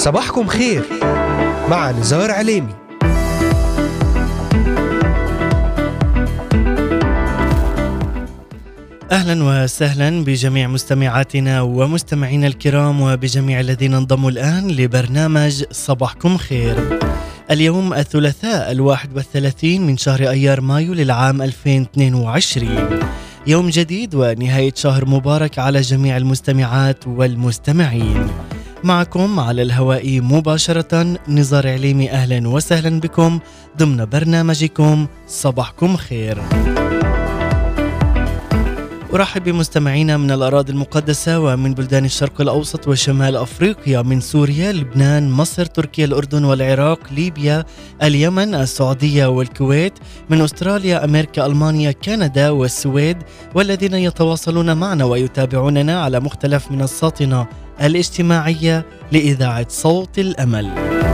صباحكم خير مع نزار عليمي. أهلا وسهلا بجميع مستمعاتنا ومستمعينا الكرام وبجميع الذين انضموا الآن لبرنامج صباحكم خير. اليوم الثلاثاء 31 من شهر أيار مايو للعام 2022، يوم جديد ونهاية شهر مبارك على جميع المستمعات والمستمعين. معكم على الهواء مباشرة نزار عليمي، أهلا وسهلا بكم ضمن برنامجكم صباحكم خير. أرحب بمستمعينا من الأراضي المقدسة ومن بلدان الشرق الأوسط وشمال أفريقيا، من سوريا، لبنان، مصر، تركيا، الأردن والعراق، ليبيا، اليمن، السعودية والكويت، من أستراليا، أمريكا، ألمانيا، كندا والسويد، والذين يتواصلون معنا ويتابعوننا على مختلف منصاتنا الاجتماعية لإذاعة صوت الأمل.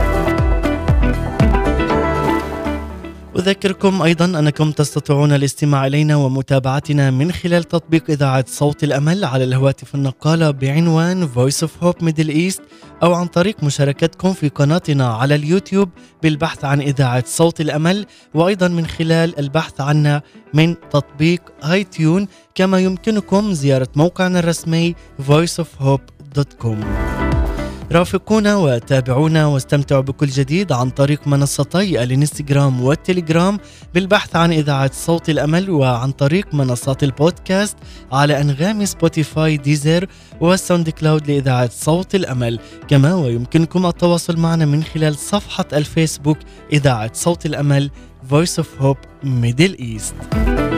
أذكركم أيضا أنكم تستطيعون الاستماع إلينا ومتابعتنا من خلال تطبيق إذاعة صوت الأمل على الهواتف النقالة بعنوان Voice of Hope Middle East، أو عن طريق مشاركتكم في قناتنا على اليوتيوب بالبحث عن إذاعة صوت الأمل، وأيضا من خلال البحث عنا من تطبيق iTunes، كما يمكنكم زيارة موقعنا الرسمي voiceofhope.com. رافقونا وتابعونا واستمتعوا بكل جديد عن طريق منصتي الانستغرام والتليجرام بالبحث عن إذاعة صوت الأمل، وعن طريق منصات البودكاست على أنغام سبوتيفاي، ديزر والساوند كلاود لإذاعة صوت الأمل. كما ويمكنكم التواصل معنا من خلال صفحة الفيسبوك إذاعة صوت الأمل Voice of Hope Middle East.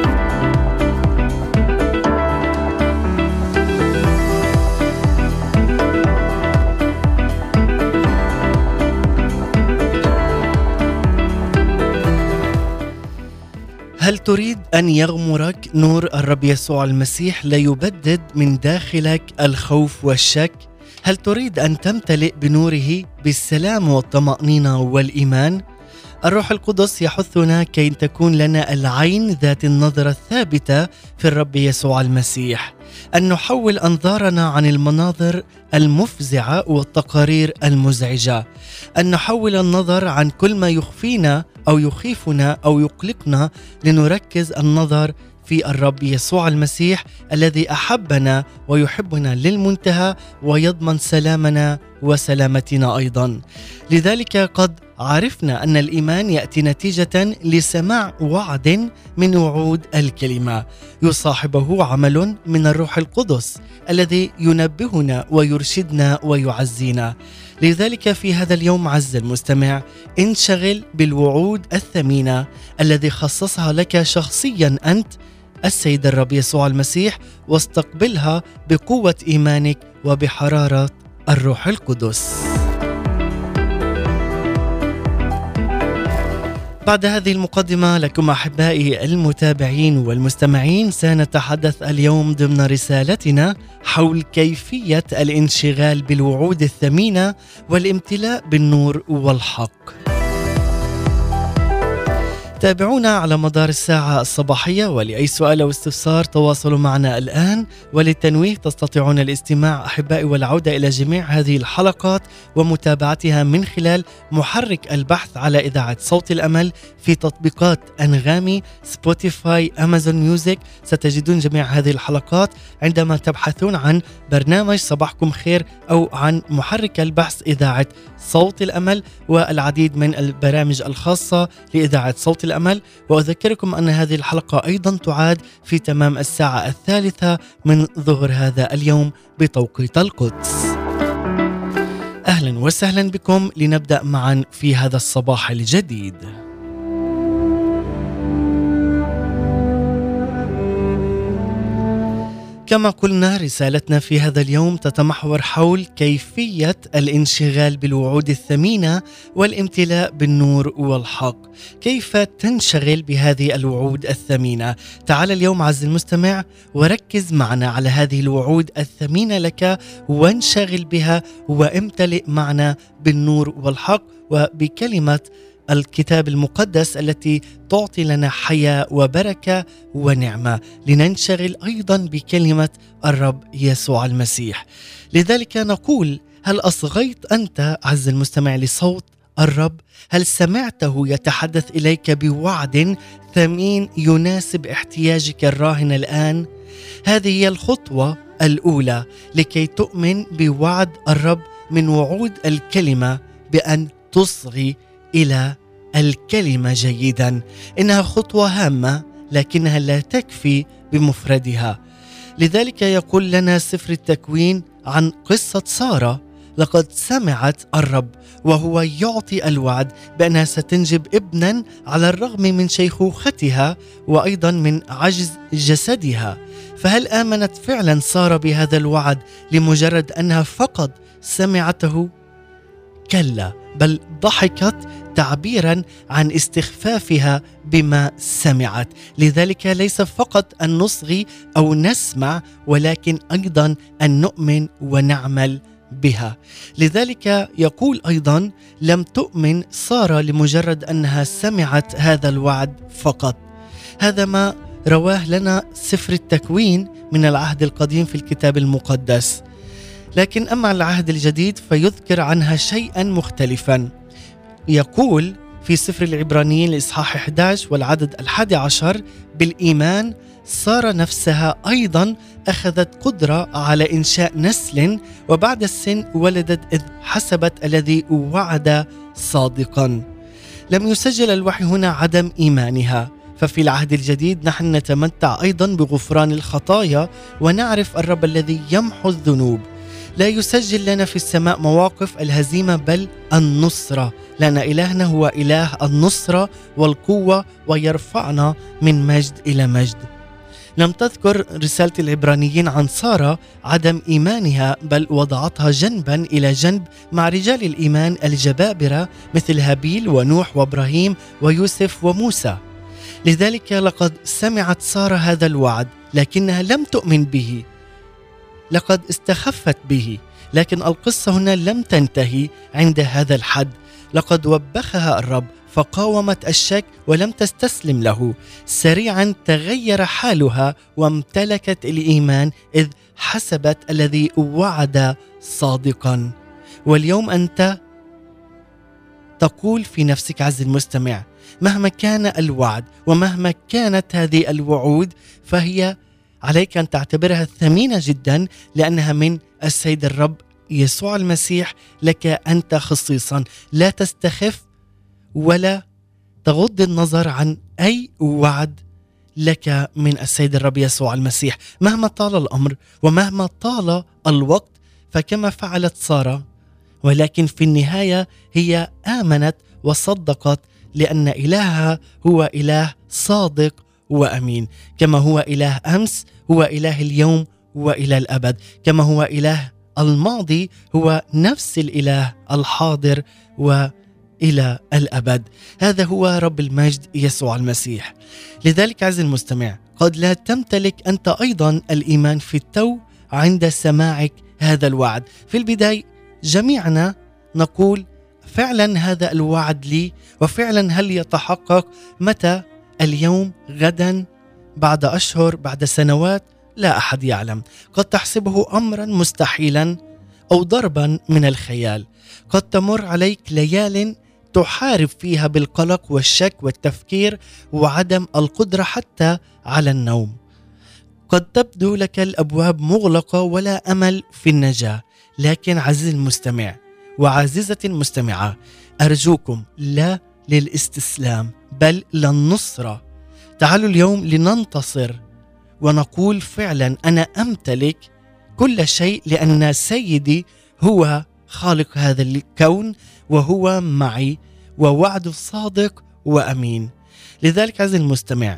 هل تريد أن يغمرك نور الرب يسوع المسيح ليبدد من داخلك الخوف والشك؟ هل تريد أن تمتلئ بنوره بالسلام والطمأنينة والإيمان؟ الروح القدس يحثنا كي تكون لنا العين ذات النظرة الثابتة في الرب يسوع المسيح، أن نحول أنظارنا عن المناظر المفزعة والتقارير المزعجة، أن نحول النظر عن كل ما يخفينا أو يخيفنا أو يقلقنا، لنركز النظر في الرب يسوع المسيح الذي أحبنا ويحبنا للمنتهى ويضمن سلامنا وسلامتنا أيضا. لذلك قد عرفنا أن الإيمان يأتي نتيجة لسماع وعد من وعود الكلمة، يصاحبه عمل من الروح القدس الذي ينبهنا ويرشدنا ويعزينا. لذلك في هذا اليوم عز المستمع، انشغل بالوعود الثمينة الذي خصصها لك شخصيا أنت السيد الرب يسوع المسيح، واستقبلها بقوة إيمانك وبحرارة الروح القدس. بعد هذه المقدمة لكم أحبائي المتابعين والمستمعين، سنتحدث اليوم ضمن رسالتنا حول كيفية الانشغال بالوعود الثمينة والامتلاء بالنور والحق. تابعونا على مدار الساعة الصباحية، ولأي سؤال أو استفسار تواصلوا معنا الآن. وللتنويه تستطيعون الاستماع أحبائي والعودة إلى جميع هذه الحلقات ومتابعتها من خلال محرك البحث على إذاعة صوت الأمل في تطبيقات أنغامي، سبوتيفاي، أمازون ميوزك. ستجدون جميع هذه الحلقات عندما تبحثون عن برنامج صباحكم خير أو عن محرك البحث إذاعة صوت الأمل، والعديد من البرامج الخاصة لإذاعة صوت الأمل. وأذكركم أن هذه الحلقة أيضا تعاد في تمام الساعة 3 من ظهر هذا اليوم بتوقيت القدس. أهلا وسهلا بكم، لنبدأ معا في هذا الصباح الجديد. كما قلنا، رسالتنا في هذا اليوم تتمحور حول كيفية الانشغال بالوعود الثمينة والامتلاء بالنور والحق. كيف تنشغل بهذه الوعود الثمينة؟ تعال اليوم عز المستمع وركز معنا على هذه الوعود الثمينة لك، وانشغل بها وامتلئ معنا بالنور والحق وبكلمة الكتاب المقدس التي تعطي لنا حياة وبركة ونعمة، لننشغل أيضا بكلمة الرب يسوع المسيح. لذلك نقول: هل أصغيت أنت عز المستمع لصوت الرب؟ هل سمعته يتحدث إليك بوعد ثمين يناسب احتياجك الراهن الآن؟ هذه هي الخطوة الأولى لكي تؤمن بوعد الرب من وعود الكلمة، بأن تصغي إلى الكلمة جيدا. إنها خطوة هامة لكنها لا تكفي بمفردها. لذلك يقول لنا سفر التكوين عن قصة سارة: لقد سمعت الرب وهو يعطي الوعد بأنها ستنجب ابنا على الرغم من شيخوختها وأيضا من عجز جسدها. فهل آمنت فعلا سارة بهذا الوعد لمجرد أنها فقط سمعته؟ كلا، بل ضحكت تعبيرا عن استخفافها بما سمعت. لذلك ليس فقط أن نصغي أو نسمع، ولكن أيضا أن نؤمن ونعمل بها. لذلك يقول أيضا: لم تؤمن سارة لمجرد أنها سمعت هذا الوعد فقط. هذا ما رواه لنا سفر التكوين من العهد القديم في الكتاب المقدس. لكن أما العهد الجديد فيذكر عنها شيئا مختلفا. يقول في سفر العبرانيين الإصحاح 11 والعدد 11: بالإيمان سارة نفسها أيضا أخذت قدرة على إنشاء نسل، وبعد السن ولدت إذ حسبت الذي وعد صادقا. لم يسجل الوحي هنا عدم إيمانها، ففي العهد الجديد نحن نتمتع أيضا بغفران الخطايا ونعرف الرب الذي يمحو الذنوب. لا يسجل لنا في السماء مواقف الهزيمة بل النصرة، لأن إلهنا هو إله النصرة والقوة ويرفعنا من مجد إلى مجد. لم تذكر رسالة العبرانيين عن سارة عدم إيمانها، بل وضعتها جنبا إلى جنب مع رجال الإيمان الجبابرة مثل هابيل ونوح وإبراهيم ويوسف وموسى. لذلك لقد سمعت سارة هذا الوعد لكنها لم تؤمن به، لقد استخفت به. لكن القصة هنا لم تنتهي عند هذا الحد. لقد وبخها الرب فقاومت الشك ولم تستسلم له. سريعا تغير حالها وامتلكت الإيمان إذ حسبت الذي وعد صادقا. واليوم أنت تقول في نفسك عز المستمع: مهما كان الوعد ومهما كانت هذه الوعود فهي عليك أن تعتبرها ثمينة جدا، لأنها من السيد الرب يسوع المسيح لك أنت خصيصا. لا تستخف ولا تغض النظر عن أي وعد لك من السيد الرب يسوع المسيح مهما طال الأمر ومهما طال الوقت. فكما فعلت سارة، ولكن في النهاية هي آمنت وصدقت، لأن إلهها هو إله صادق وأمين. كما هو إله أمس هو إله اليوم وإلى الأبد، كما هو إله الماضي هو نفس الإله الحاضر وإلى الأبد. هذا هو رب المجد يسوع المسيح. لذلك عز المستمع، قد لا تمتلك أنت أيضا الإيمان في التو عند سماعك هذا الوعد. في البداية جميعنا نقول: فعلا هذا الوعد لي؟ وفعلا هل يتحقق؟ متى؟ اليوم؟ غدا؟ بعد أشهر؟ بعد سنوات؟ لا أحد يعلم. قد تحسبه أمرا مستحيلا أو ضربا من الخيال. قد تمر عليك ليال تحارب فيها بالقلق والشك والتفكير وعدم القدرة حتى على النوم. قد تبدو لك الأبواب مغلقة ولا أمل في النجاة. لكن عزيزي المستمع وعزيزة المستمعة، أرجوكم لا للاستسلام بل للنصرة. تعالوا اليوم لننتصر ونقول: فعلا أنا أمتلك كل شيء، لأن سيدي هو خالق هذا الكون وهو معي ووعده صادق وأمين. لذلك عزيزي المستمع،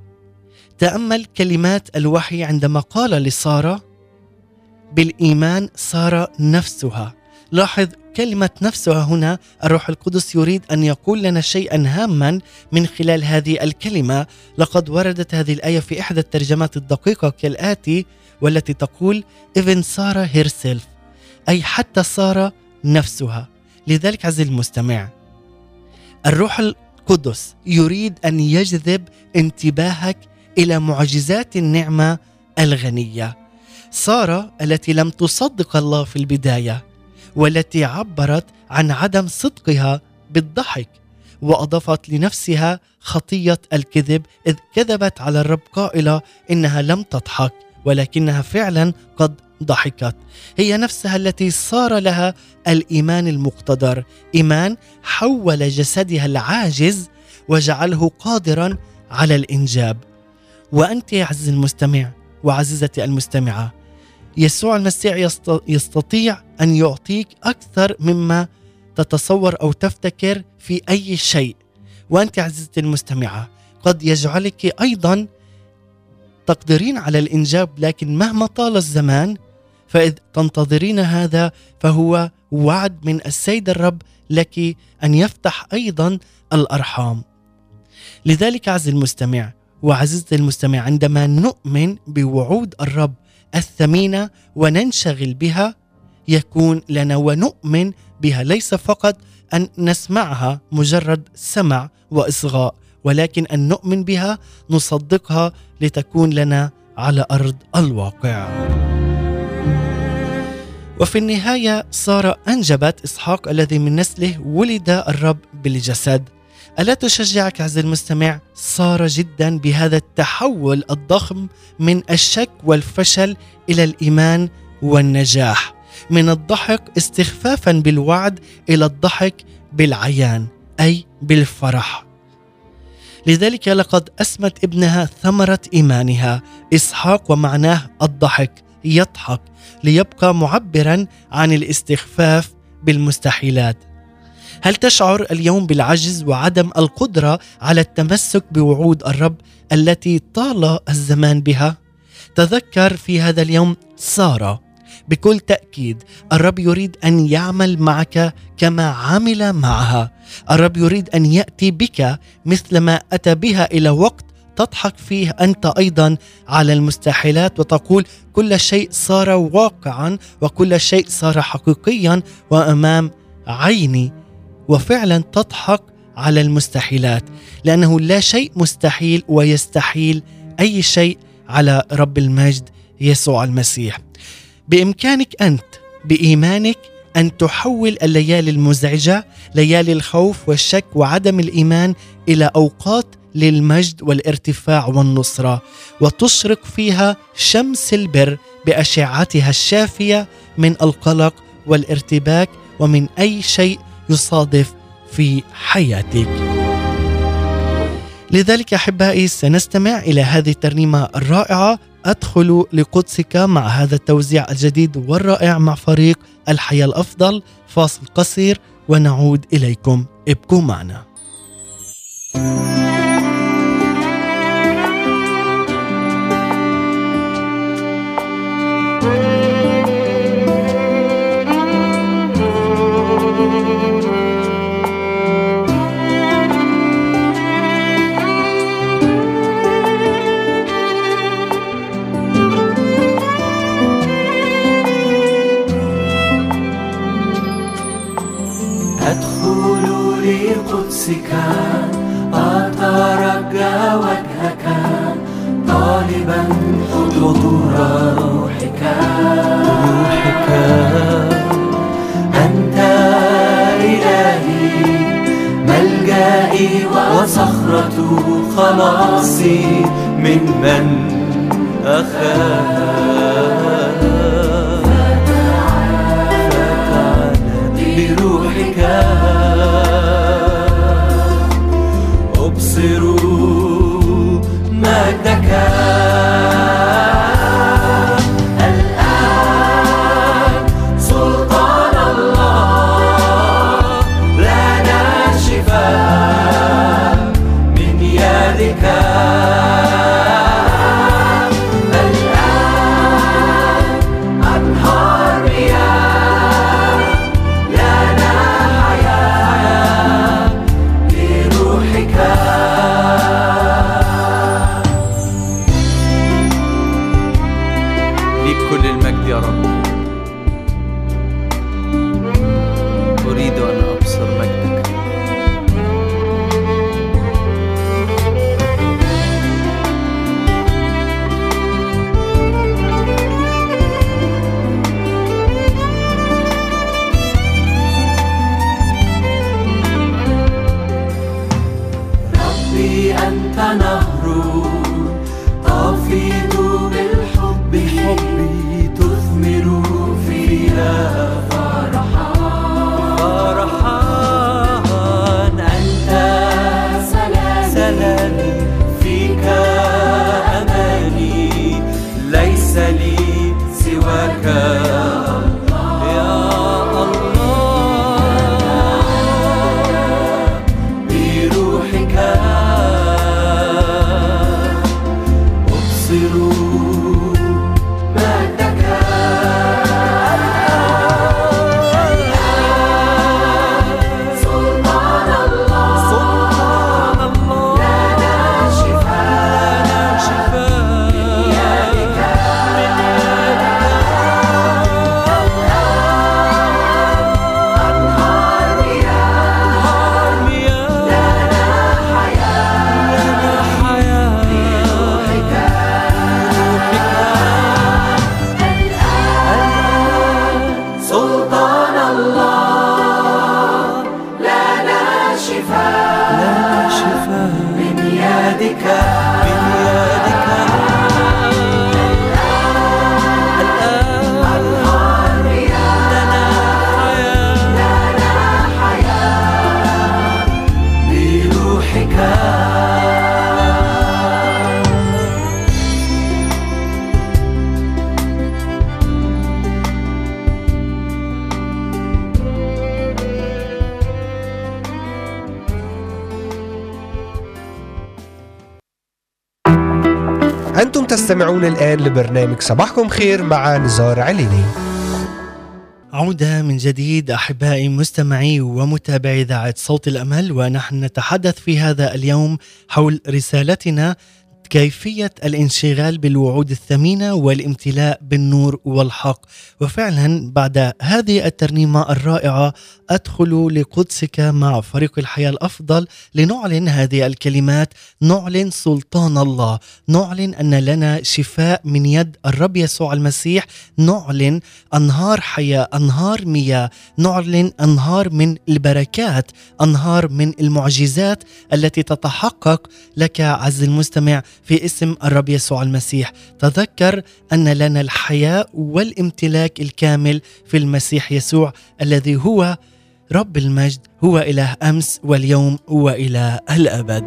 تأمل كلمات الوحي عندما قال لسارة: بالإيمان سارة نفسها. لاحظ كلمة نفسها هنا. الروح القدس يريد أن يقول لنا شيئا هاما من خلال هذه الكلمة. لقد وردت هذه الآية في إحدى الترجمات الدقيقة كالآتي، والتي تقول: even سارة herself، أي حتى سارة نفسها. لذلك عزيزي المستمع، الروح القدس يريد أن يجذب انتباهك إلى معجزات النعمة الغنية. سارة التي لم تصدق الله في البداية والتي عبرت عن عدم صدقها بالضحك، وأضافت لنفسها خطية الكذب، إذ كذبت على الرب قائلة إنها لم تضحك ولكنها فعلا قد ضحكت. هي نفسها التي صار لها الإيمان المقتدر، إيمان حول جسدها العاجز وجعله قادرا على الإنجاب. وأنت يا عزيزي المستمع وعزيزتي المستمعة، يسوع المسيح يستطيع أن يعطيك أكثر مما تتصور أو تفتكر في أي شيء. وأنت عزيزتي المستمعة قد يجعلك أيضا تقدرين على الإنجاب، لكن مهما طال الزمان فإذ تنتظرين هذا فهو وعد من السيد الرب لك أن يفتح أيضا الأرحام. لذلك عزيزي المستمع وعزيزتي المستمع، عندما نؤمن بوعود الرب الثمينة وننشغل بها يكون لنا، ونؤمن بها ليس فقط أن نسمعها مجرد سمع وإصغاء، ولكن أن نؤمن بها نصدقها لتكون لنا على أرض الواقع. وفي النهاية سارة أنجبت إسحاق الذي من نسله ولد الرب بالجسد. ألا تشجعك عزيزي المستمع سارة جدا بهذا التحول الضخم من الشك والفشل إلى الإيمان والنجاح، من الضحك استخفافا بالوعد إلى الضحك بالعيان أي بالفرح. لذلك لقد أسمت ابنها ثمرة إيمانها إسحاق، ومعناه الضحك، يضحك، ليبقى معبرا عن الاستخفاف بالمستحيلات. هل تشعر اليوم بالعجز وعدم القدرة على التمسك بوعود الرب التي طال الزمان بها؟ تذكر في هذا اليوم سارة، بكل تأكيد الرب يريد أن يعمل معك كما عمل معها. الرب يريد أن يأتي بك مثلما أتى بها إلى وقت تضحك فيه أنت أيضا على المستحيلات وتقول كل شيء صار واقعا وكل شيء صار حقيقيا وأمام عيني، وفعلا تضحك على المستحيلات، لأنه لا شيء مستحيل ويستحيل أي شيء على رب المجد يسوع المسيح. بإمكانك أنت بإيمانك أن تحول الليالي المزعجة، ليالي الخوف والشك وعدم الإيمان، إلى أوقات للمجد والارتفاع والنصرة، وتشرق فيها شمس البر بأشعتها الشافية من القلق والارتباك ومن أي شيء يصادف في حياتك. لذلك أحبائي سنستمع إلى هذه الترنيمة الرائعة أدخل لقدسك مع هذا التوزيع الجديد والرائع مع فريق الحياة الأفضل. فاصل قصير ونعود إليكم، ابقوا معنا. لقدسك أترجى وجهك طالبا حضور روحك أنت إلهي ملجئي وصخرة خلاصي ممن أخاف. فتعالى بروحك أبصروا مجدك الآن، سلطان الله لنا شفاء من يدك الآن، أنهار مياه لنا حياة بروحك. كل المجد يا رب، أريد أن أبصر مجدك. تستمعون الآن لبرنامج صباحكم خير مع نزار عليمي. عودة من جديد أحبائي مستمعي ومتابعي إذاعة صوت الأمل، ونحن نتحدث في هذا اليوم حول رسالتنا كيفية الانشغال بالوعود الثمينة والامتلاء بالنور والحق. وفعلا بعد هذه الترنيمة الرائعة أدخل لقدسك مع فريق الحياة الأفضل لنعلن هذه الكلمات، نعلن سلطان الله، نعلن أن لنا شفاء من يد الرب يسوع المسيح، نعلن أنهار حياة، أنهار مياه، نعلن أنهار من البركات، أنهار من المعجزات التي تتحقق لك عز المستمع في اسم الرب يسوع المسيح. تذكر أن لنا الحياة والامتلاك الكامل في المسيح يسوع الذي هو رب المجد، هو إله أمس واليوم وإلى الأبد.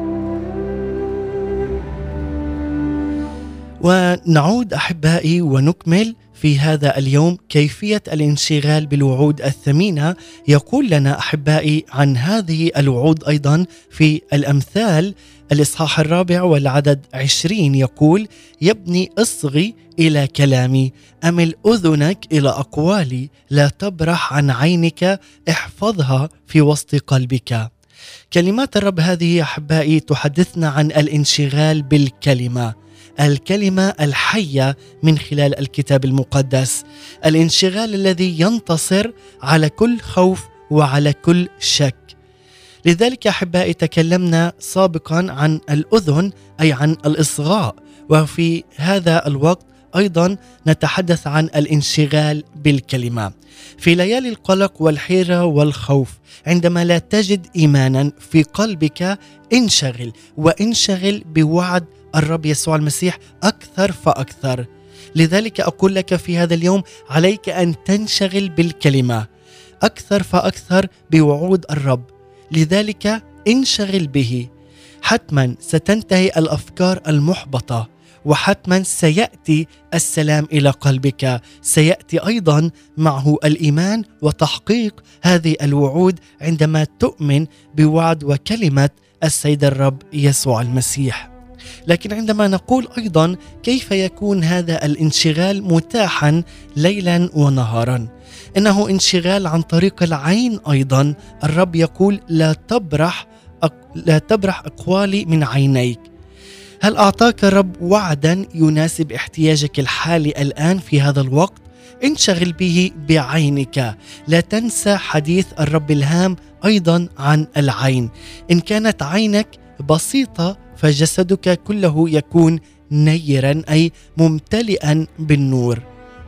ونعود أحبائي ونكمل في هذا اليوم كيفية الانشغال بالوعود الثمينة. يقول لنا أحبائي عن هذه الوعود أيضا في الأمثال الإصحاح 4 والعدد 20، يقول: يا ابني اصغي إلى كلامي، أمل أذنك إلى أقوالي، لا تبرح عن عينك، احفظها في وسط قلبك. كلمات الرب هذه أحبائي تحدثنا عن الانشغال بالكلمة، الكلمة الحية من خلال الكتاب المقدس، الانشغال الذي ينتصر على كل خوف وعلى كل شك. لذلك أحبائي تكلمنا سابقا عن الأذن أي عن الإصغاء، وفي هذا الوقت أيضا نتحدث عن الانشغال بالكلمة. في ليالي القلق والحيرة والخوف عندما لا تجد إيمانا في قلبك، انشغل وانشغل بوعد الرب يسوع المسيح أكثر فأكثر. لذلك أقول لك في هذا اليوم عليك أن تنشغل بالكلمة أكثر فأكثر بوعود الرب، لذلك انشغل به. حتما ستنتهي الأفكار المحبطة، وحتما سيأتي السلام إلى قلبك، سيأتي أيضا معه الإيمان وتحقيق هذه الوعود عندما تؤمن بوعد وكلمة السيد الرب يسوع المسيح. لكن عندما نقول أيضا كيف يكون هذا الانشغال متاحا ليلا ونهارا، إنه انشغال عن طريق العين أيضا. الرب يقول: لا تبرح أقوالي من عينيك. هل أعطاك الرب وعدا يناسب احتياجك الحالي الآن في هذا الوقت؟ انشغل به بعينك. لا تنسى حديث الرب الهام أيضا عن العين. إن كانت عينك بسيطة فجسدك كله يكون نيرا أي ممتلئا بالنور.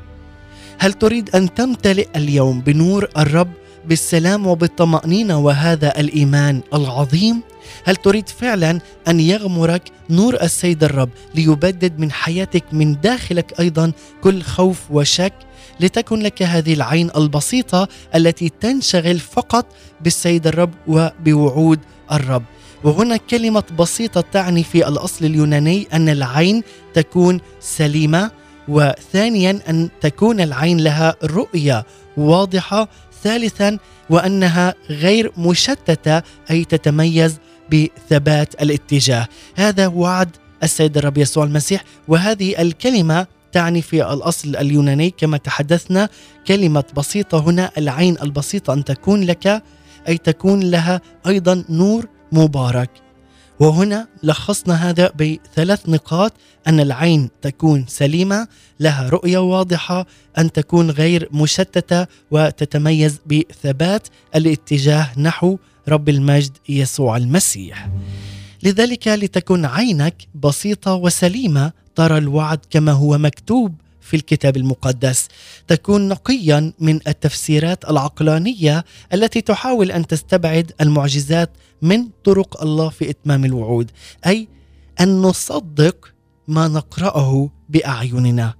هل تريد أن تمتلئ اليوم بنور الرب، بالسلام وبالطمأنينة وهذا الإيمان العظيم؟ هل تريد فعلا أن يغمرك نور السيد الرب ليبدد من حياتك من داخلك أيضا كل خوف وشك، لتكن لك هذه العين البسيطة التي تنشغل فقط بالسيد الرب وبوعود الرب؟ وهنا كلمة بسيطة تعني في الأصل اليوناني أن العين تكون سليمة، وثانيا أن تكون العين لها رؤية واضحة، ثالثا وأنها غير مشتتة أي تتميز بثبات الاتجاه. هذا وعد السيد الرب يسوع المسيح. وهذه الكلمة تعني في الأصل اليوناني كما تحدثنا كلمة بسيطة، هنا العين البسيطة أن تكون لك أي تكون لها أيضا نور مبارك. وهنا لخصنا هذا بثلاث نقاط: أن العين تكون سليمة، لها رؤية واضحة، أن تكون غير مشتتة، وتتميز بثبات الاتجاه نحو رب المجد يسوع المسيح. لذلك لتكون عينك بسيطة وسليمة، ترى الوعد كما هو مكتوب في الكتاب المقدس، تكون نقيا من التفسيرات العقلانية التي تحاول أن تستبعد المعجزات من طرق الله في إتمام الوعود، أي أن نصدق ما نقرأه بأعيننا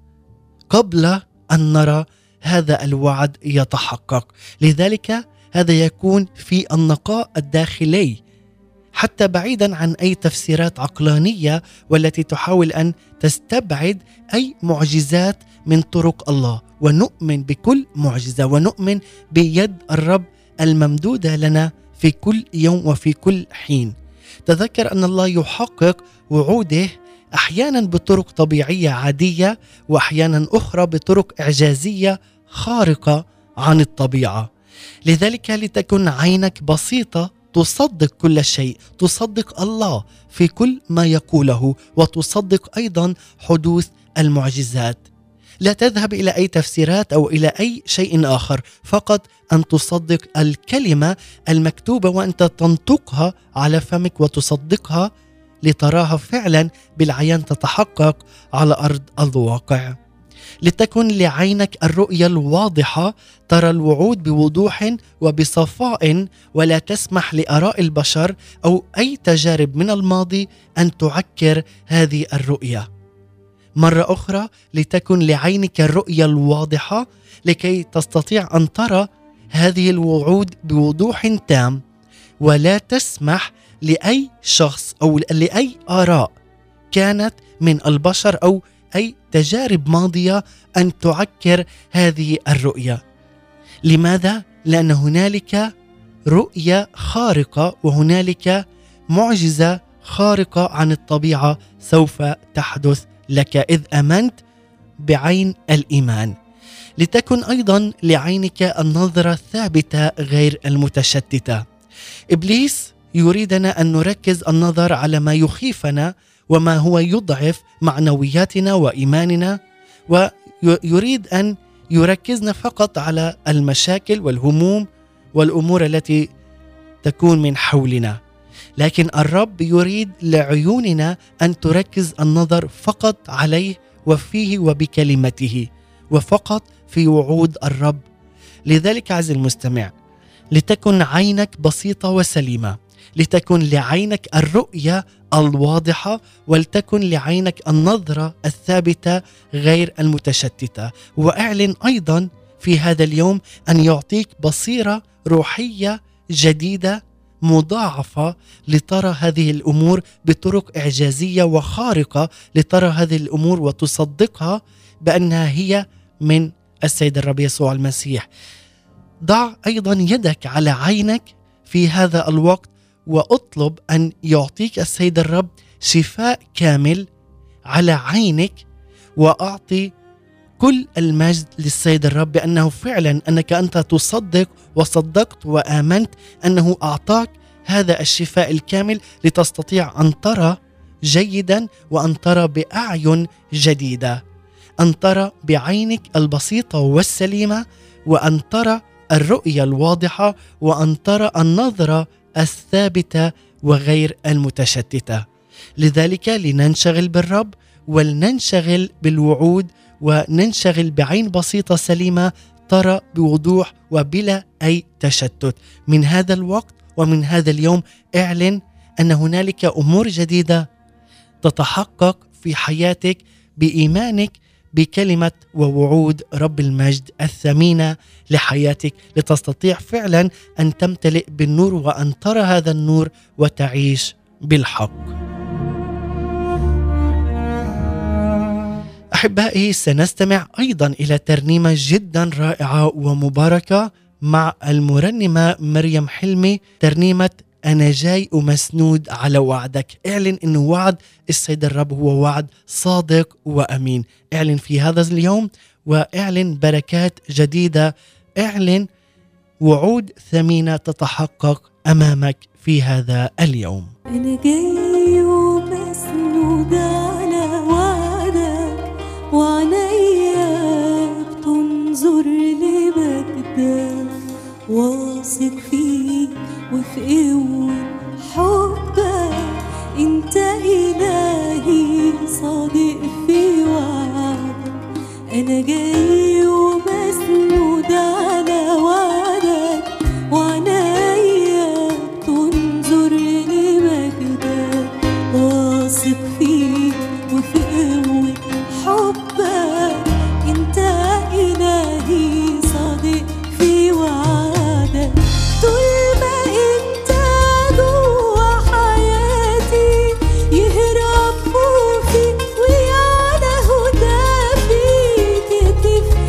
قبل أن نرى هذا الوعد يتحقق. لذلك هذا يكون في النقاء الداخلي، حتى بعيدا عن أي تفسيرات عقلانية والتي تحاول أن تستبعد أي معجزات من طرق الله، ونؤمن بكل معجزة، ونؤمن بيد الرب الممدودة لنا في كل يوم وفي كل حين. تذكر أن الله يحقق وعوده أحيانا بطرق طبيعية عادية، وأحيانا أخرى بطرق إعجازية خارقة عن الطبيعة. لذلك لتكن عينك بسيطة تصدق كل شيء، تصدق الله في كل ما يقوله، وتصدق أيضا حدوث المعجزات. لا تذهب إلى أي تفسيرات أو إلى أي شيء آخر، فقط أن تصدق الكلمة المكتوبة وأنت تنطقها على فمك وتصدقها لتراها فعلا بالعيان تتحقق على أرض الواقع. لتكن لعينك الرؤية الواضحة، ترى الوعود بوضوح وبصفاء، ولا تسمح لآراء البشر أو أي تجارب من الماضي أن تعكر هذه الرؤية. مرة أخرى، لتكن لعينك الرؤية الواضحة لكي تستطيع أن ترى هذه الوعود بوضوح تام، ولا تسمح لأي شخص أو لأي آراء كانت من البشر أو أي تجارب ماضية أن تعكر هذه الرؤية. لماذا؟ لأن هنالك رؤية خارقة وهنالك معجزة خارقة عن الطبيعة سوف تحدث لك إذ آمنت بعين الإيمان. لتكن أيضا لعينك النظرة الثابتة غير المتشتتة. إبليس يريدنا أن نركز النظر على ما يخيفنا وما هو يضعف معنوياتنا وإيماننا، ويريد أن يركزنا فقط على المشاكل والهموم والأمور التي تكون من حولنا. لكن الرب يريد لعيوننا أن تركز النظر فقط عليه وفيه وبكلمته وفقط في وعود الرب. لذلك عزيزي المستمع، لتكن عينك بسيطة وسليمة، لتكن لعينك الرؤية الواضحة، ولتكن لعينك النظرة الثابتة غير المتشتتة. وأعلن أيضا في هذا اليوم أن يعطيك بصيرة روحية جديدة مضاعفة لترى هذه الأمور بطرق إعجازية وخارقة، لترى هذه الأمور وتصدقها بأنها هي من السيد الرب يسوع المسيح. ضع أيضا يدك على عينك في هذا الوقت وأطلب أن يعطيك السيد الرب شفاء كامل على عينك، وأعطي كل المجد للسيد الرب بأنه فعلا أنك أنت تصدق وصدقت وآمنت أنه أعطاك هذا الشفاء الكامل لتستطيع أن ترى جيدا وأن ترى بأعين جديدة، أن ترى بعينك البسيطة والسليمة، وأن ترى الرؤية الواضحة، وأن ترى النظرة الثابتة وغير المتشتتة. لذلك لننشغل بالرب ولننشغل بالوعود وننشغل بعين بسيطة سليمة ترى بوضوح وبلا أي تشتت. من هذا الوقت ومن هذا اليوم اعلن أن هنالك أمور جديدة تتحقق في حياتك بإيمانك بكلمة ووعود رب المجد الثمينة لحياتك، لتستطيع فعلا أن تمتلئ بالنور وأن ترى هذا النور وتعيش بالحق. أحبائي، سنستمع أيضا إلى ترنيمة جدا رائعة ومباركة مع المرنمة مريم حلمي، ترنيمة أنا جاي ومسنود على وعدك. اعلن أن وعد السيد الرب هو وعد صادق وأمين. اعلن في هذا اليوم واعلن بركات جديدة، اعلن وعود ثمينة تتحقق أمامك في هذا اليوم. أنا جاي ومسنود على وعدك، وعنيا بتنظر لمجدك، واثق فيك وفي قوة حبك، انت إلهي صادق في وعدك. أنا جاي ومسنود على وعدك، وعنيا بتنظر لمجدك، واثق فيك وفي قوة حبك، انت إلهي صادق في وعدك. طول ما انت جوا حياتي يهرب خوفي، وعلى هدافي تهتف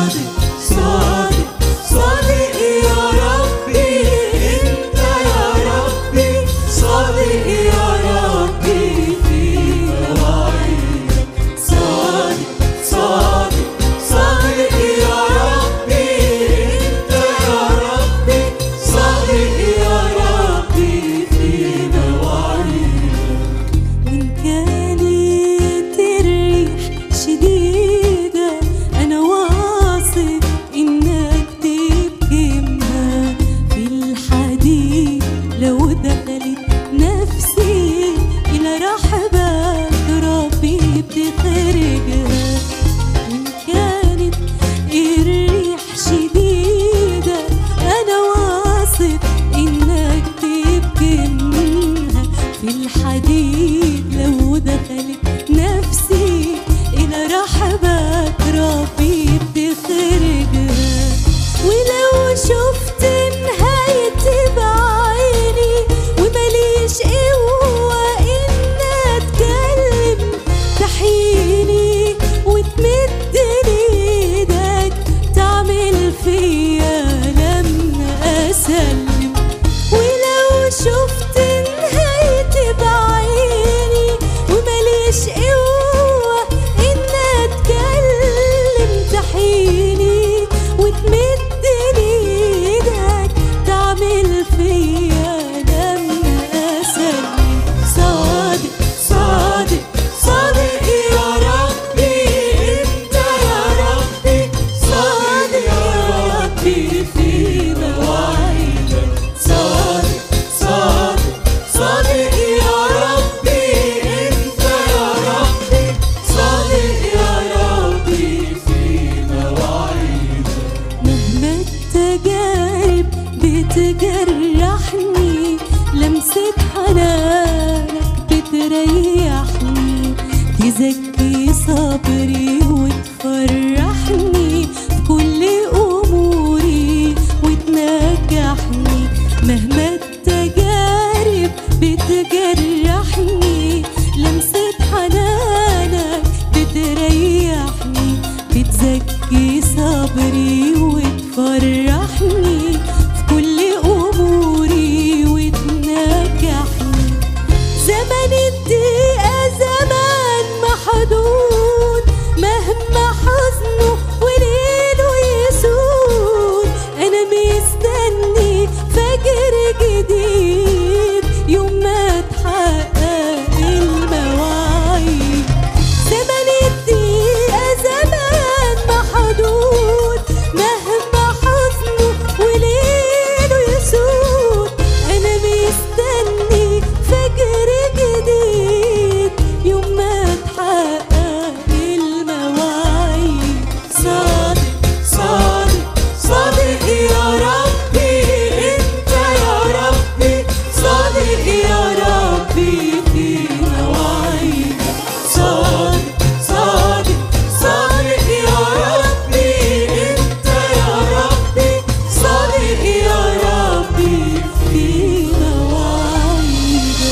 صادق صادق صادق يا ربي انت يا ربي صادق يا ربي في مواعيدك صادق صادق صادق يا ربي انت يا ربي صادق يا ربي في مواعيدك وان كانت الريح شديدة أنا واثق إنك تبكمها في الحديد لو دخلت نفسي إلى رحبك ربي بتخرجها وإن كانت الريح شديدة أنا واثق إنك تبكمها في الحديد لو دخلت نفسي إلى رحبك ربي بتخرجها ولو شفت نهايتي بعيني ومليش قوة إن أتكلم تحييني وتمد إيدك تعمل فيا لما أسلم ولو شفت نهايتي بعيني ومليش قوة إن أتكلم تحييني وتمد إيدك تعمل فيا لما أسلم صادق صادق صادق يا ربي انت يا ربي صادق يا ربي في مواعيدك صادق صادق صادق يا ربي انت يا ربي صادق يا ربي في مواعيدك مهما التجارب بتجرحني لمسة حنانك بتريحني تزكي صبري وتفرحني في كل أموري وتنجحني مهما التجارب بتجرحني لمسة حنانك بتريحني بتزكي صبري وتفرحني في كل أموري وتنجحني زمن الدقيقة زمان محدود مهما حزنه وليله يسود أنا مستني فجر جديد يوم ما تحقق المواعيد زمن الدقيقة زمان محدود مهما حزنه وليله يسود أنا مستني فجر جديد يوم ما تحقق المواعيد صادق صادق صادق يا ربي انت يا ربي صادق يا ربي في مواعيدك صادق صادق صادق يا ربي انت يا ربي صادق يا ربي في مواعيدك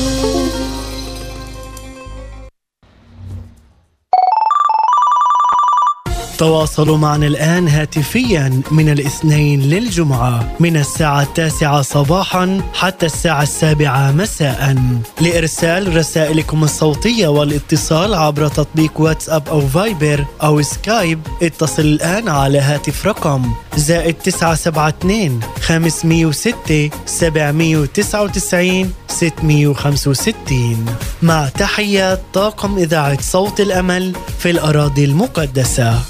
تواصلوا معنا الآن هاتفيا من الاثنين للجمعة من الساعة 9 صباحا حتى الساعة 7 مساء لإرسال رسائلكم الصوتية والاتصال عبر تطبيق واتساب أو فايبر أو سكايب. اتصل الآن على هاتف رقم +972 506 799 665 مع تحيات طاقم إذاعة صوت الأمل في الأراضي المقدسة.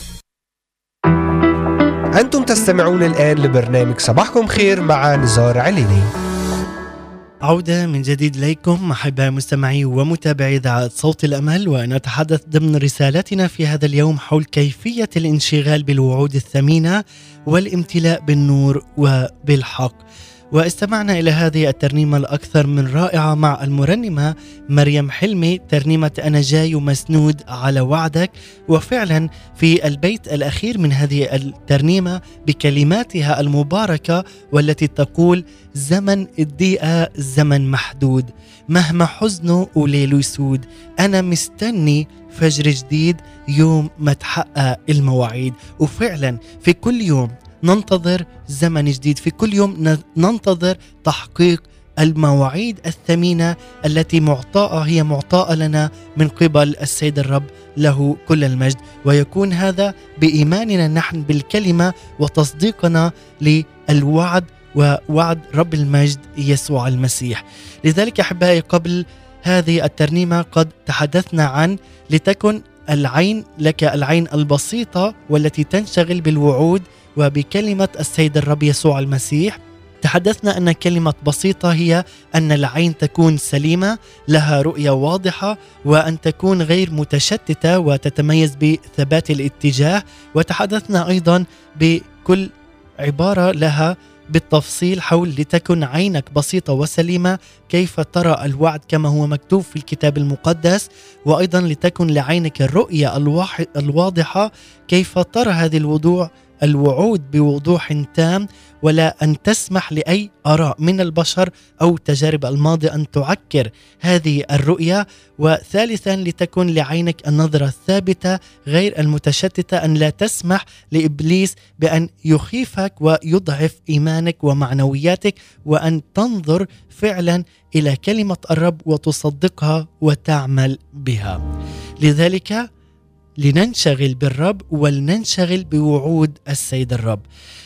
أنتم تستمعون الآن لبرنامج صباحكم خير مع نزار عليني. عودة من جديد إليكم أحبائي مستمعي ومتابعي إذاعة صوت الأمل، ونتحدث ضمن رسالتنا في هذا اليوم حول كيفية الانشغال بالوعود الثمينة والامتلاء بالنور وبالحق. واستمعنا إلى هذه الترنيمة الأكثر من رائعة مع المرنمة مريم حلمي، ترنيمة أنا جاي ومسنود على وعدك. وفعلا في البيت الأخير من هذه الترنيمة بكلماتها المباركة والتي تقول: زمن الضيقة زمن محدود، مهما حزنه وليله يسود، أنا مستني فجر جديد يوم ما تحقق المواعيد. وفعلا في كل يوم ننتظر زمن جديد، في كل يوم ننتظر تحقيق المواعيد الثمينة التي هي معطاءة لنا من قبل السيد الرب، له كل المجد. ويكون هذا بإيماننا نحن بالكلمة وتصديقنا للوعد ووعد رب المجد يسوع المسيح. لذلك أحبائي، قبل هذه الترنيمة قد تحدثنا عن لتكن العين لك العين البسيطة والتي تنشغل بالوعود وبكلمة السيد الرب يسوع المسيح. تحدثنا أن كلمة بسيطة هي أن العين تكون سليمة، لها رؤية واضحة، وأن تكون غير متشتتة وتتميز بثبات الاتجاه. وتحدثنا أيضا بكل عبارة لها بالتفصيل حول لتكن عينك بسيطة وسليمة كيف ترى الوعد كما هو مكتوب في الكتاب المقدس، وأيضا لتكن لعينك الرؤية الواضحة كيف ترى هذه الوعود بوضوح تام، ولا أن تسمح لأي آراء من البشر أو تجارب الماضي أن تعكر هذه الرؤية. وثالثا لتكن لعينك النظرة الثابتة غير المتشتتة، أن لا تسمح لإبليس بأن يخيفك ويضعف إيمانك ومعنوياتك، وأن تنظر فعلا إلى كلمة الرب وتصدقها وتعمل بها. لذلك لننشغل بالرب ولننشغل بوعود السيد الرب.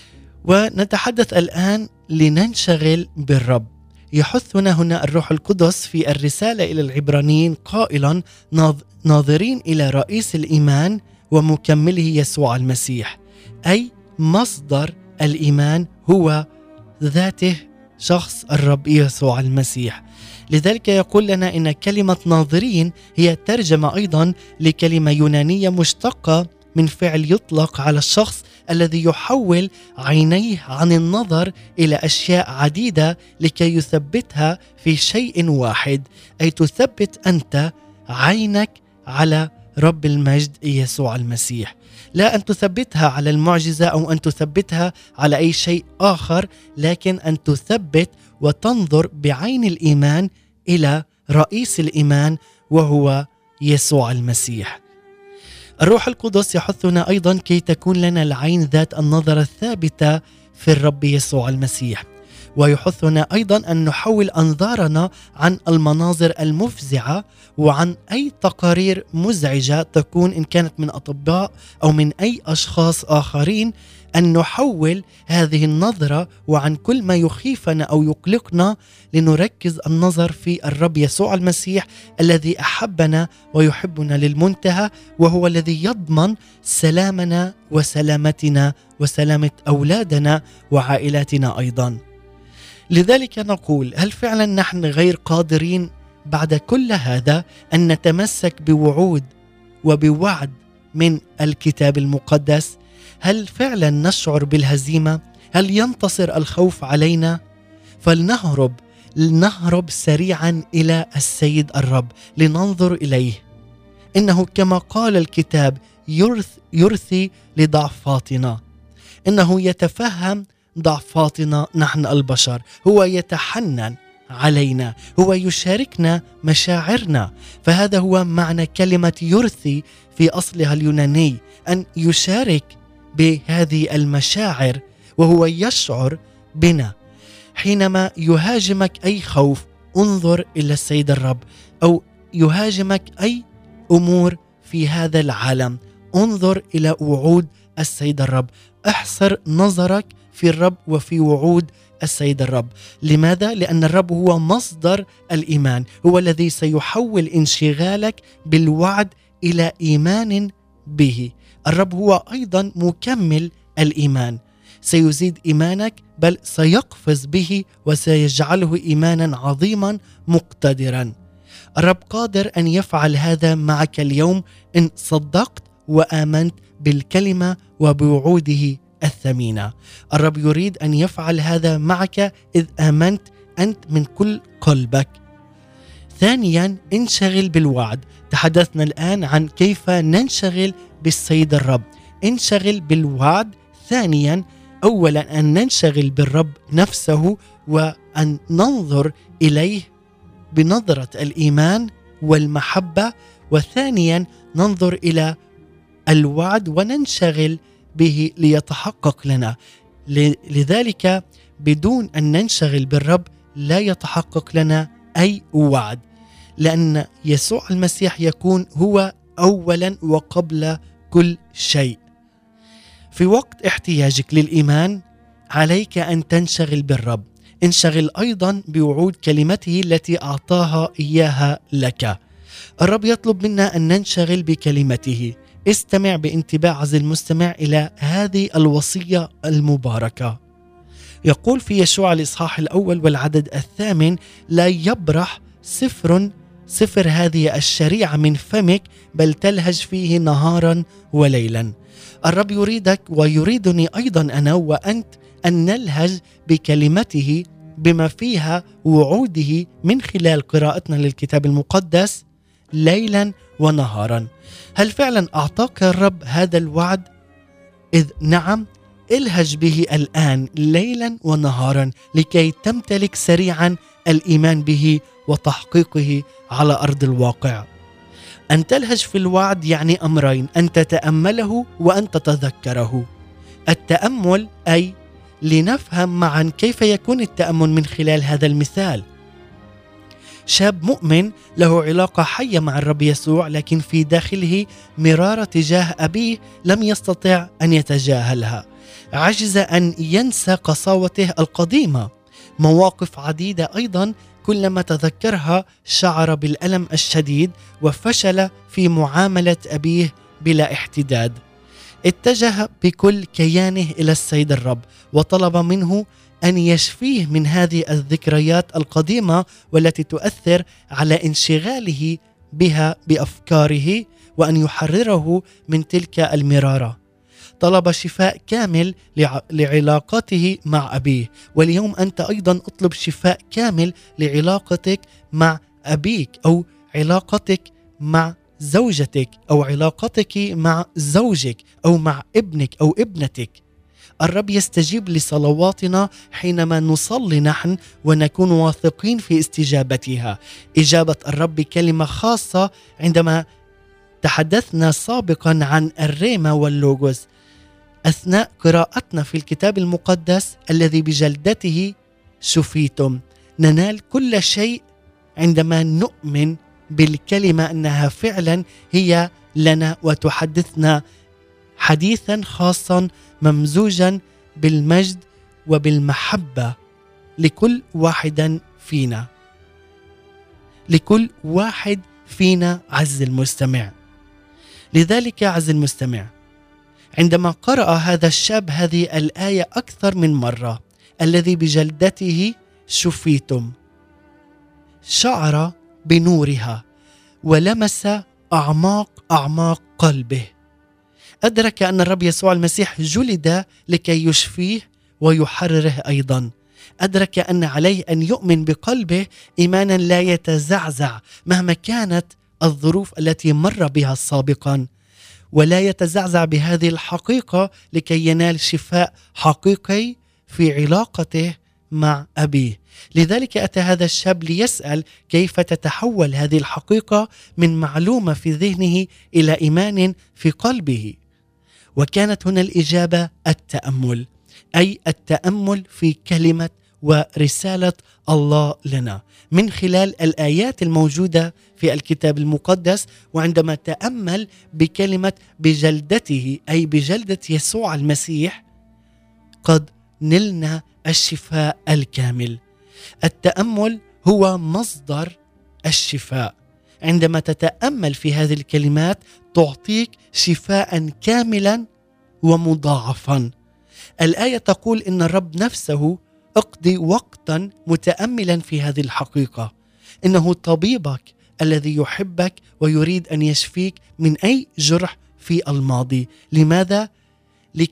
ونتحدث الآن لننشغل بالرب. يحثنا هنا الروح القدس في الرسالة إلى العبرانيين قائلا: ناظرين إلى رئيس الإيمان ومكمله يسوع المسيح، أي مصدر الإيمان هو ذاته شخص الرب يسوع المسيح. لذلك يقول لنا إن كلمة ناظرين هي ترجمة أيضا لكلمة يونانية مشتقة من فعل يطلق على الشخص الذي يحول عينيه عن النظر إلى أشياء عديدة لكي يثبتها في شيء واحد، أي تثبت أنت عينك على رب المجد يسوع المسيح، لا أن تثبتها على المعجزة أو أن تثبتها على أي شيء آخر، لكن أن تثبت وتنظر بعين الإيمان إلى رئيس الإيمان وهو يسوع المسيح. الروح القدس يحثنا أيضا كي تكون لنا العين ذات النظرة الثابتة في الرب يسوع المسيح، ويحثنا أيضا أن نحول أنظارنا عن المناظر المفزعة وعن أي تقارير مزعجة تكون إن كانت من أطباء أو من أي أشخاص آخرين، أن نحول هذه النظرة وعن كل ما يخيفنا أو يقلقنا لنركز النظر في الرب يسوع المسيح الذي أحبنا ويحبنا للمنتهى، وهو الذي يضمن سلامنا وسلامتنا وسلامة أولادنا وعائلاتنا أيضا. لذلك نقول: هل فعلا نحن غير قادرين بعد كل هذا أن نتمسك بوعود وبوعد من الكتاب المقدس؟ هل فعلا نشعر بالهزيمة؟ هل ينتصر الخوف علينا؟ فلنهرب سريعا إلى السيد الرب لننظر إليه، إنه كما قال الكتاب يرثي لضعفاتنا، إنه يتفهم ضعفاتنا نحن البشر، هو يتحنن علينا، هو يشاركنا مشاعرنا. فهذا هو معنى كلمة يرثي في أصلها اليوناني، أن يشارك بهذه المشاعر وهو يشعر بنا. حينما يهاجمك أي خوف انظر إلى السيد الرب، أو يهاجمك أي أمور في هذا العالم انظر إلى وعود السيد الرب، احصر نظرك في الرب وفي وعود السيد الرب. لماذا؟ لأن الرب هو مصدر الإيمان، هو الذي سيحول انشغالك بالوعد إلى إيمان به. الرب هو أيضا مكمل الإيمان، سيزيد إيمانك بل سيقفز به وسيجعله إيمانا عظيما مقتدرا. الرب قادر أن يفعل هذا معك اليوم إن صدقت وآمنت بالكلمة وبوعوده الثمينة. الرب يريد أن يفعل هذا معك إذ آمنت أنت من كل قلبك. ثانيا، انشغل بالوعد. تحدثنا الآن عن كيف ننشغل بالسيد الرب. انشغل بالوعد. ثانيا، أولا أن ننشغل بالرب نفسه وأن ننظر إليه بنظرة الإيمان والمحبة. وثانيا، ننظر إلى الوعد وننشغل به ليتحقق لنا. لذلك بدون أن ننشغل بالرب لا يتحقق لنا أي وعد، لأن يسوع المسيح يكون هو أولا وقبل كل شيء. في وقت احتياجك للإيمان عليك أن تنشغل بالرب. انشغل أيضا بوعود كلمته التي أعطاها إياها لك. الرب يطلب منا أن ننشغل بكلمته. استمع بانتباه عزيزي المستمع إلى هذه الوصية المباركة. يقول في يشوع الإصحاح الأول والعدد 8: لا يبرح سفر هذه الشريعة من فمك، بل تلهج فيه نهارا وليلا. الرب يريدك ويريدني أيضا أنا وأنت أن نلهج بكلمته بما فيها وعوده من خلال قراءتنا للكتاب المقدس ليلا ونهارا. هل فعلا أعطاك الرب هذا الوعد؟ إذ نعم، الهج به الآن ليلا ونهارا لكي تمتلك سريعا الإيمان به وتحقيقه على أرض الواقع. أن تلهج في الوعد يعني أمرين: أن تتأمله وأن تتذكره. التأمل أي لنفهم معا كيف يكون التأمل من خلال هذا المثال. شاب مؤمن له علاقة حية مع الرب يسوع، لكن في داخله مرارة تجاه أبيه لم يستطع أن يتجاهلها. عجز أن ينسى قساوته القديمة. مواقف عديدة أيضا كلما تذكرها شعر بالألم الشديد وفشل في معاملة أبيه بلا احتداد. اتجه بكل كيانه إلى السيد الرب وطلب منه أن يشفيه من هذه الذكريات القديمة والتي تؤثر على انشغاله بها بأفكاره، وأن يحرره من تلك المرارة. طلب شفاء كامل لعلاقته مع أبيه. واليوم أنت أيضا اطلب شفاء كامل لعلاقتك مع أبيك، أو علاقتك مع زوجتك، أو علاقتك مع زوجك، أو مع ابنك أو ابنتك. الرب يستجيب لصلواتنا حينما نصلي نحن ونكون واثقين في استجابتها. إجابة الرب بكلمة خاصة عندما تحدثنا سابقا عن الريما واللوغوس أثناء قراءتنا في الكتاب المقدس: الذي بجلدته شفيتم. ننال كل شيء عندما نؤمن بالكلمة أنها فعلا هي لنا وتحدثنا حديثا خاصا ممزوجا بالمجد وبالمحبة لكل واحد فينا، لكل واحد فينا عز المستمع. لذلك عز المستمع، عندما قرأ هذا الشاب هذه الآية أكثر من مرة: الذي بجلدته شفيتم، شعر بنورها ولمس أعماق قلبه. أدرك أن الرب يسوع المسيح جلد لكي يشفيه ويحرره أيضا. أدرك أن عليه أن يؤمن بقلبه إيمانا لا يتزعزع مهما كانت الظروف التي مر بها سابقا، ولا يتزعزع بهذه الحقيقة لكي ينال شفاء حقيقي في علاقته مع أبيه. لذلك أتى هذا الشاب ليسأل كيف تتحول هذه الحقيقة من معلومة في ذهنه إلى إيمان في قلبه. وكانت هنا الإجابة التأمل، أي التأمل في كلمة ورسالة الله لنا من خلال الآيات الموجودة في الكتاب المقدس. وعندما تأمل بكلمة بجلدته، أي بجلدة يسوع المسيح، قد نلنا الشفاء الكامل. التأمل هو مصدر الشفاء. عندما تتأمل في هذه الكلمات تعطيك شفاء كاملا ومضاعفا. الآية تقول إن الرب نفسه اقضي وقتا متأملا في هذه الحقيقة. إنه طبيبك الذي يحبك ويريد أن يشفيك من أي جرح في الماضي. لماذا؟ لكي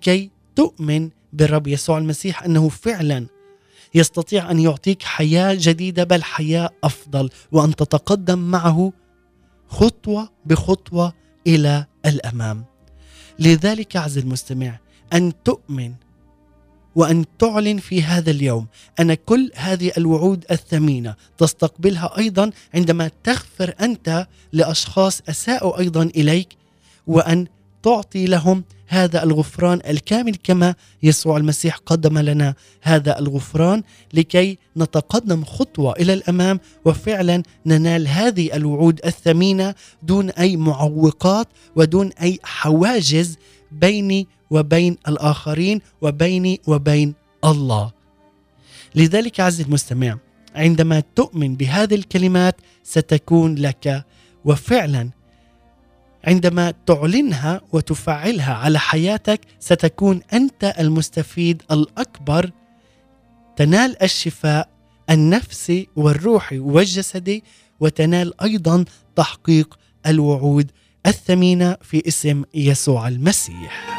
تؤمن بالرب يسوع المسيح أنه فعلا يستطيع أن يعطيك حياة جديدة، بل حياة أفضل، وأن تتقدم معه خطوة بخطوة إلى الأمام. لذلك عزيزي المستمع، أن تؤمن وأن تعلن في هذا اليوم أن كل هذه الوعود الثمينة تستقبلها أيضا عندما تغفر أنت لأشخاص أساءوا أيضا إليك، وأن تعطي لهم هذا الغفران الكامل كما يسوع المسيح قدم لنا هذا الغفران، لكي نتقدم خطوة إلى الأمام وفعلا ننال هذه الوعود الثمينة دون أي معوقات ودون أي حواجز بيني وبين الآخرين وبيني وبين الله. لذلك عزيزي المستمع، عندما تؤمن بهذه الكلمات ستكون لك، وفعلا عندما تعلنها وتفعلها على حياتك ستكون أنت المستفيد الأكبر، تنال الشفاء النفسي والروحي والجسدي، وتنال أيضا تحقيق الوعود الثمينة في اسم يسوع المسيح.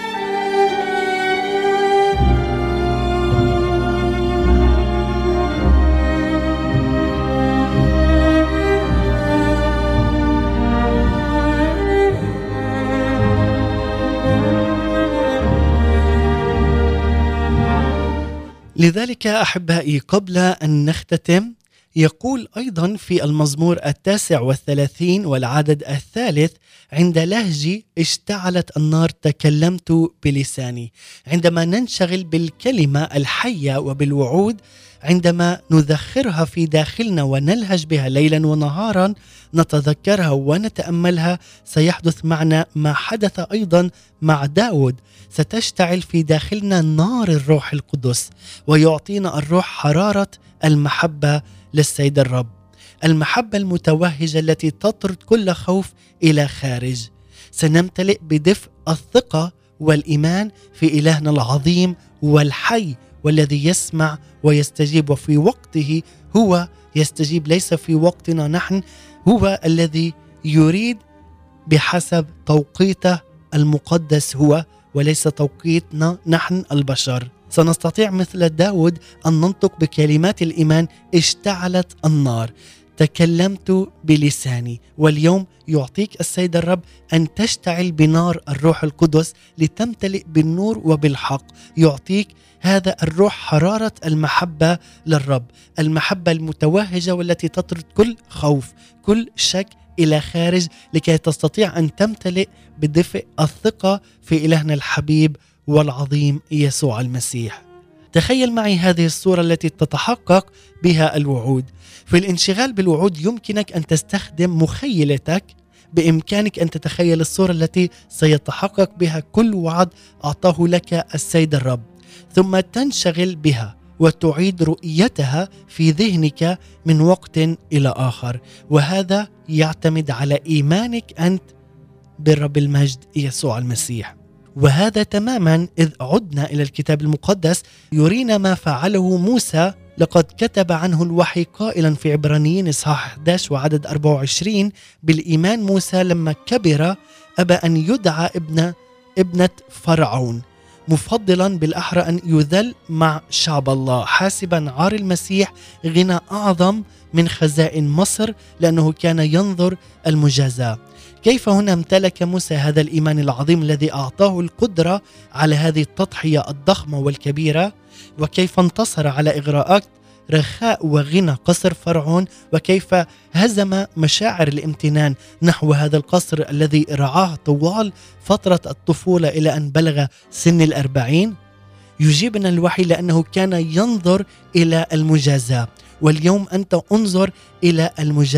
لذلك أحبائي، قبل أن نختتم، يقول أيضا في المزمور 39 والعدد 3: عند لهجي اشتعلت النار تكلمت بلساني. عندما ننشغل بالكلمة الحية وبالوعود، عندما نذخرها في داخلنا ونلهج بها ليلا ونهارا، نتذكرها ونتأملها، سيحدث معنا ما حدث أيضا مع داود. ستشتعل في داخلنا نار الروح القدس، ويعطينا الروح حرارة المحبة للسيد الرب، المحبة المتوهجة التي تطرد كل خوف إلى خارج. سنمتلئ بدفء الثقة والإيمان في إلهنا العظيم والحي، والذي يسمع ويستجيب، وفي وقته هو يستجيب، ليس في وقتنا نحن. هو الذي يريد بحسب توقيته المقدس هو، وليس توقيتنا نحن البشر. سنستطيع مثل داود أن ننطق بكلمات الإيمان: اشتعلت النار تكلمت بلساني. واليوم يعطيك السيد الرب أن تشتعل بنار الروح القدس لتمتلئ بالنور وبالحق. يعطيك هذا الروح حرارة المحبة للرب، المحبة المتوهجة والتي تطرد كل خوف كل شك إلى خارج، لكي تستطيع أن تمتلئ بدفء الثقة في إلهنا الحبيب والعظيم يسوع المسيح. تخيل معي هذه الصورة التي تتحقق بها الوعود. في الانشغال بالوعود يمكنك أن تستخدم مخيلتك. بإمكانك أن تتخيل الصورة التي سيتحقق بها كل وعد أعطاه لك السيد الرب، ثم تنشغل بها وتعيد رؤيتها في ذهنك من وقت إلى آخر. وهذا يعتمد على إيمانك أنت بالرب المجد يسوع المسيح. وهذا تماما إذ عدنا إلى الكتاب المقدس يرينا ما فعله موسى. لقد كتب عنه الوحي قائلا في عبرانيين إصحاح 11 وعدد 24: بالإيمان موسى لما كبر أبى أن يدعى ابنة فرعون، مفضلا بالأحرى أن يذل مع شعب الله، حاسبا عار المسيح غنى أعظم من خزائن مصر، لأنه كان ينظر المجازاة. كيف هنا امتلك موسى هذا الإيمان العظيم الذي أعطاه القدرة على هذه التضحية الضخمة والكبيرة، وكيف انتصر على إغراءات رخاء وغنى قصر فرعون، وكيف هزم مشاعر الامتنان نحو هذا القصر الذي رعاه طوال فترة الطفولة إلى أن بلغ سن 40. يجيبنا الوحي لأنه كان ينظر إلى المجازاة. واليوم أنت انظر إلى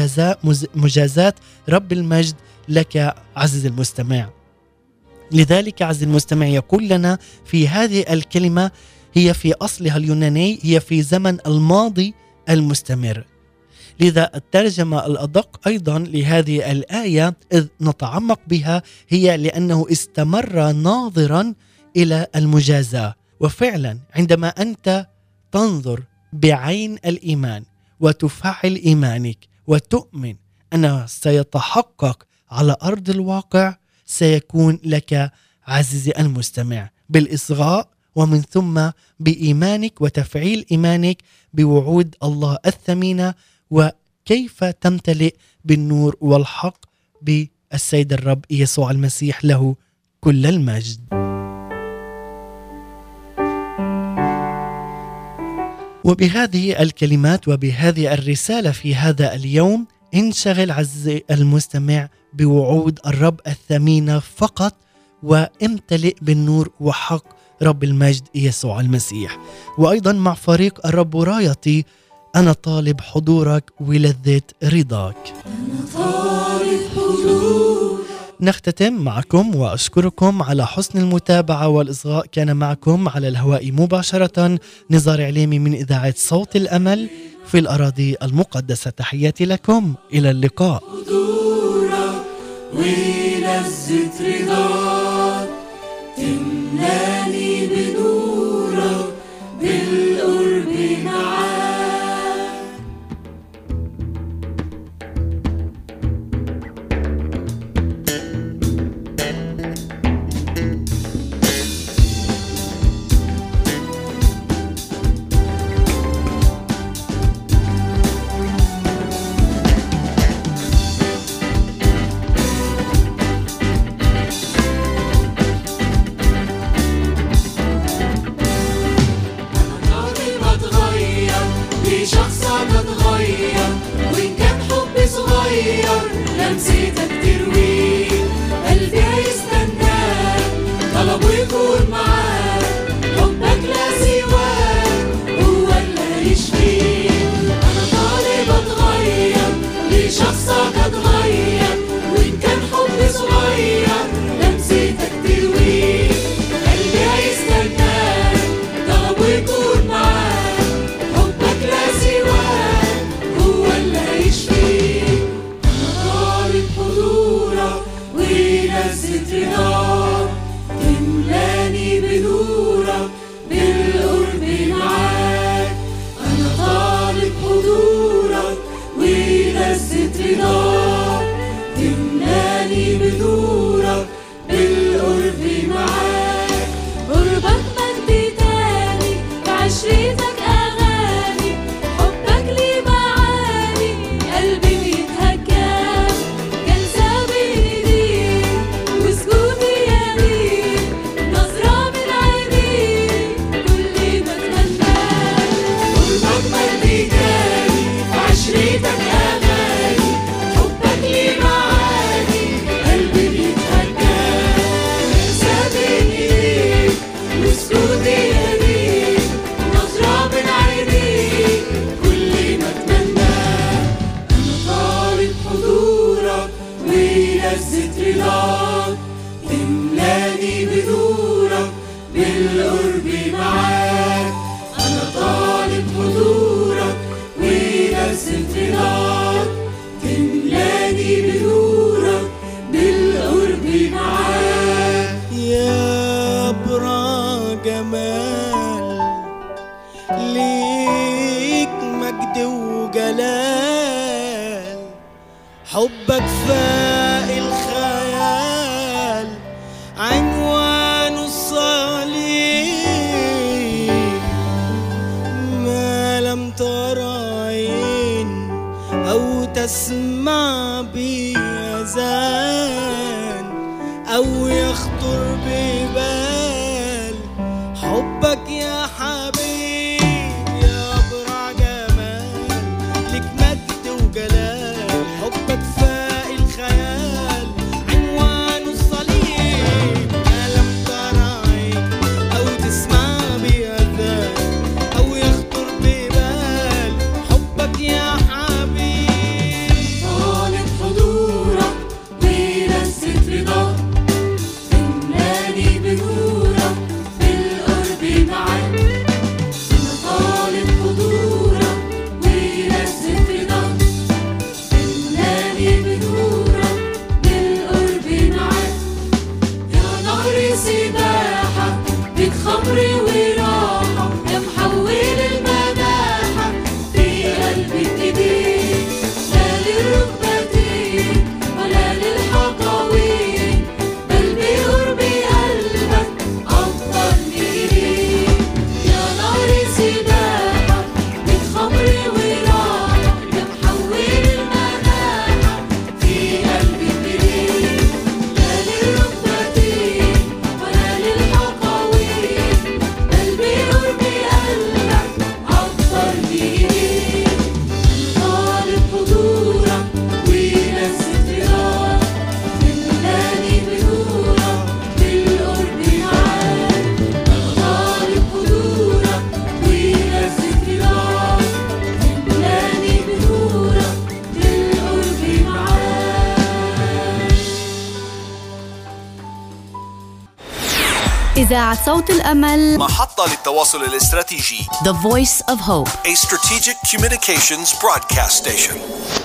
مجازات رب المجد لك عزيزي المستمع. لذلك عزيزي المستمع يقول لنا في هذه الكلمة، هي في أصلها اليوناني هي في زمن الماضي المستمر. لذا الترجمة الأدق أيضا لهذه الآية إذ نتعمق بها هي لأنه استمر ناظرا إلى المجازاة. وفعلا عندما أنت تنظر بعين الإيمان وتفعل إيمانك وتؤمن أنه سيتحقق على أرض الواقع، سيكون لك عزيزي المستمع بالإصغاء ومن ثم بإيمانك وتفعيل إيمانك بوعود الله الثمينة، وكيف تمتلئ بالنور والحق بالسيد الرب يسوع المسيح له كل المجد. وبهذه الكلمات وبهذه الرسالة في هذا اليوم انشغل عزيزي المستمع بوعود الرب الثمينة فقط، وامتلئ بالنور وحق رب المجد يسوع المسيح. وأيضا مع فريق الرب رايتي أنا طالب حضورك ولذة رضاك. أنا طالب حضور. نختتم معكم وأشكركم على حسن المتابعة والإصغاء. كان معكم على الهواء مباشرة نزار عليمي من إذاعة صوت الأمل في الأراضي المقدسة. تحياتي لكم، إلى اللقاء. حضورك ولذة رضاك تملاني بنورك بالقرب معاك. لمسيتك تروي قلبي هيستناك، طلبه يكون معاك، حبك لا سواك هو اللي هيشفيك. أنا طالب أتغير لشخصك أتغير، وإن كان حبي صغير لمسيتك تروي قلبي هيستناك، طلبه يكون معاك، حبك لا سواك هو اللي هيشفيك. حضورك ولذة رضاك تملاني بنورك بالقرب معاك. أنا طالب حضورك ولذة رضاك تملاني بنورك بالقرب معاك. قربك مجد تاني بعشرتك أغاني، حبك لي معاني قلبي بيتهكى، تملاني بنورك بالقرب معاك. أنا طالب حضورك ولذة رضاك تملاني بنورك بالقرب معاك. يا برا جمال ليك مجد وجلال، حبك فاق الخيال، عنوان الصليب، ما لم ترى عين أو تسمع بأذان أو يخطر ببال، حبك يا حبيب يا برع جمال، لك مجد وجلال، حبك فاق الخيال، عنوان الصليب، ما لم ترى عين أو تسمع بأذان أو يخطر ببال، حبك يا حبيب. إذاعة صوت الأمل، محطة للتواصل الاستراتيجي. The Voice of Hope. A strategic communications broadcast station.